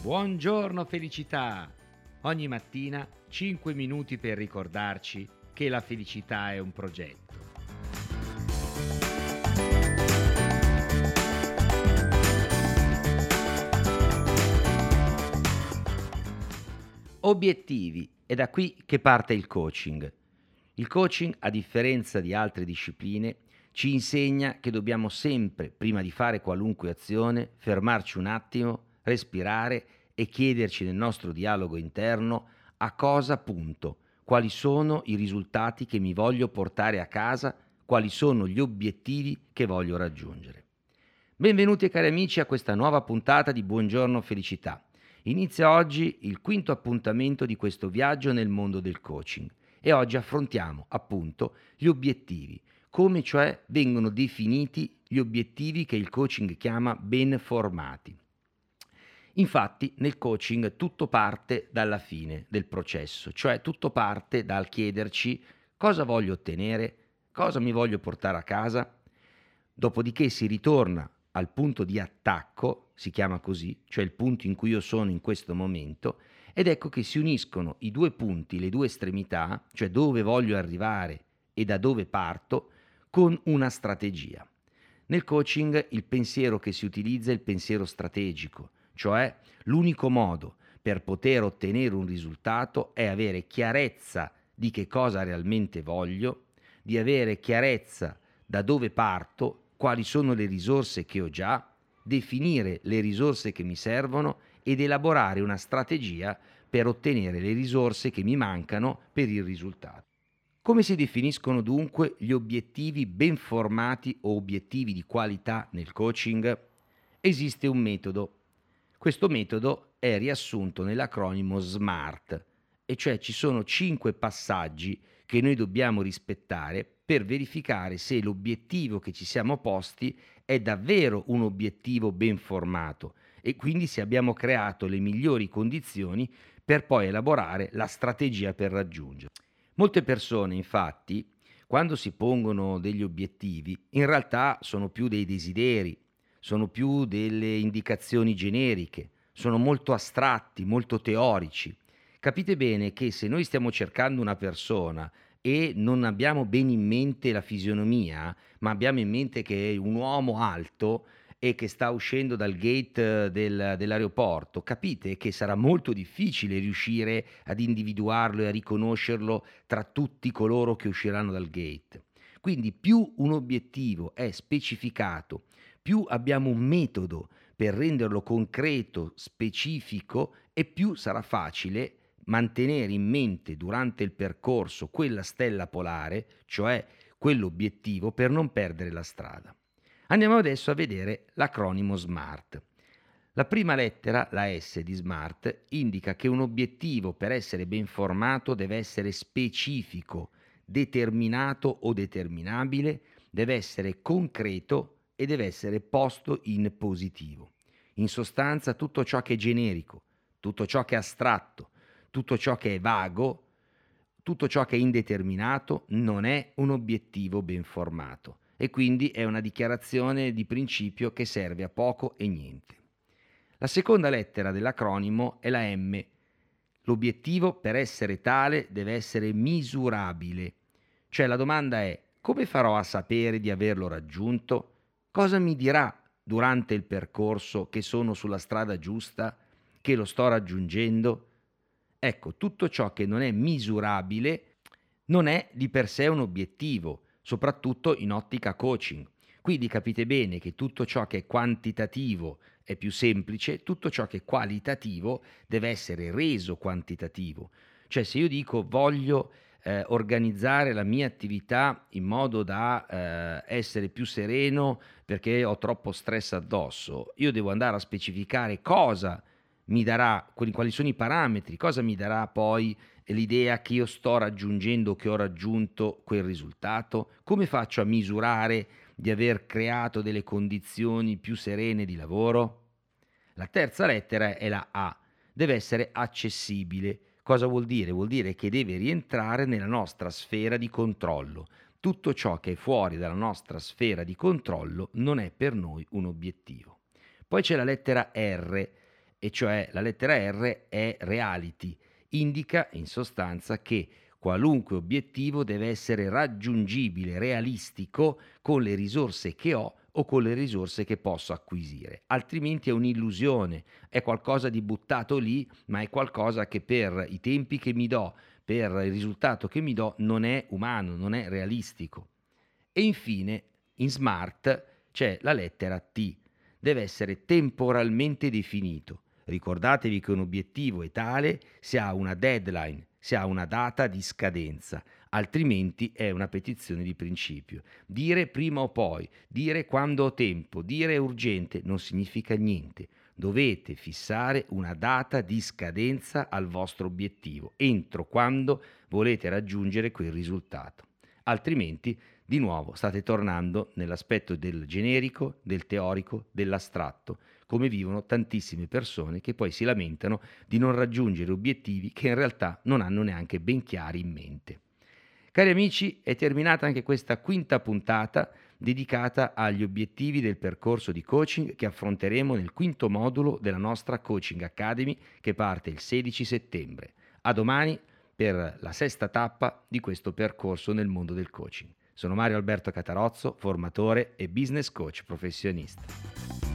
Buongiorno felicità! Ogni mattina 5 minuti per ricordarci che la felicità è un progetto. Obiettivi, è da qui che parte il coaching. Il coaching, a differenza di altre discipline, ci insegna che dobbiamo sempre, prima di fare qualunque azione, fermarci un attimo, respirare e chiederci nel nostro dialogo interno a cosa punto, quali sono i risultati che mi voglio portare a casa, quali sono gli obiettivi che voglio raggiungere. Benvenuti cari amici a questa nuova puntata di Buongiorno Felicità. Inizia oggi il quinto appuntamento di questo viaggio nel mondo del coaching e oggi affrontiamo appunto gli obiettivi, come cioè vengono definiti gli obiettivi che il coaching chiama ben formati. Infatti nel coaching tutto parte dalla fine del processo, cioè tutto parte dal chiederci cosa voglio ottenere, cosa mi voglio portare a casa, dopodiché si ritorna al punto di attacco, si chiama così, cioè il punto in cui io sono in questo momento, ed ecco che si uniscono i due punti, le due estremità, cioè dove voglio arrivare e da dove parto, con una strategia. Nel coaching il pensiero che si utilizza è il pensiero strategico, cioè l'unico modo per poter ottenere un risultato è avere chiarezza di che cosa realmente voglio, di avere chiarezza da dove parto, quali sono le risorse che ho già, definire le risorse che mi servono ed elaborare una strategia per ottenere le risorse che mi mancano per il risultato. Come si definiscono dunque gli obiettivi ben formati o obiettivi di qualità nel coaching? Esiste un metodo. Questo metodo è riassunto nell'acronimo SMART, e cioè ci sono 5 passaggi che noi dobbiamo rispettare per verificare se l'obiettivo che ci siamo posti è davvero un obiettivo ben formato e quindi se abbiamo creato le migliori condizioni per poi elaborare la strategia per raggiungerlo. Molte persone, infatti, quando si pongono degli obiettivi, in realtà sono più dei desideri, sono più delle indicazioni generiche, sono molto astratti, molto teorici. Capite bene che se noi stiamo cercando una persona e non abbiamo bene in mente la fisionomia, ma abbiamo in mente che è un uomo alto e che sta uscendo dal gate dell'aeroporto, capite che sarà molto difficile riuscire ad individuarlo e a riconoscerlo tra tutti coloro che usciranno dal gate. Quindi più un obiettivo è specificato, più abbiamo un metodo per renderlo concreto, specifico e più sarà facile mantenere in mente durante il percorso quella stella polare, cioè quell'obiettivo per non perdere la strada. Andiamo adesso a vedere l'acronimo SMART. La prima lettera, la S di SMART, indica che un obiettivo per essere ben formato deve essere specifico, determinato o determinabile, deve essere concreto e deve essere posto in positivo. In sostanza tutto ciò che è generico, tutto ciò che è astratto, tutto ciò che è vago, tutto ciò che è indeterminato non è un obiettivo ben formato e quindi è una dichiarazione di principio che serve a poco e niente. La seconda lettera dell'acronimo è la M. L'obiettivo per essere tale deve essere misurabile, cioè la domanda è: come farò a sapere di averlo raggiunto? Cosa mi dirà durante il percorso che sono sulla strada giusta, che lo sto raggiungendo? Ecco, tutto ciò che non è misurabile non è di per sé un obiettivo, soprattutto in ottica coaching. Quindi capite bene che tutto ciò che è quantitativo è più semplice, tutto ciò che è qualitativo deve essere reso quantitativo. Cioè se io dico voglio organizzare la mia attività in modo da essere più sereno perché ho troppo stress addosso, io devo andare a specificare cosa mi darà, quali sono i parametri, cosa mi darà poi l'idea che io sto raggiungendo, che ho raggiunto quel risultato, come faccio a misurare di aver creato delle condizioni più serene di lavoro. La terza lettera è la A, deve essere accessibile. Cosa vuol dire? Vuol dire che deve rientrare nella nostra sfera di controllo. Tutto ciò che è fuori dalla nostra sfera di controllo non è per noi un obiettivo. Poi c'è la lettera R. e cioè la lettera R è reality, indica in sostanza che qualunque obiettivo deve essere raggiungibile, realistico con le risorse che ho o con le risorse che posso acquisire, altrimenti è un'illusione, è qualcosa di buttato lì, ma è qualcosa che per i tempi che mi do, per il risultato che mi do, non è umano, non è realistico. E infine, in SMART c'è la lettera T, deve essere temporalmente definito. Ricordatevi che un obiettivo è tale se ha una deadline, se ha una data di scadenza, altrimenti è una petizione di principio. Dire prima o poi, dire quando ho tempo, dire urgente non significa niente. Dovete fissare una data di scadenza al vostro obiettivo, entro quando volete raggiungere quel risultato. Altrimenti, di nuovo, state tornando nell'aspetto del generico, del teorico, dell'astratto, come vivono tantissime persone che poi si lamentano di non raggiungere obiettivi che in realtà non hanno neanche ben chiari in mente. Cari amici, è terminata anche questa quinta puntata dedicata agli obiettivi del percorso di coaching che affronteremo nel quinto modulo della nostra Coaching Academy che parte il 16 settembre. A domani per la sesta tappa di questo percorso nel mondo del coaching. Sono Mario Alberto Catarozzo, formatore e business coach professionista.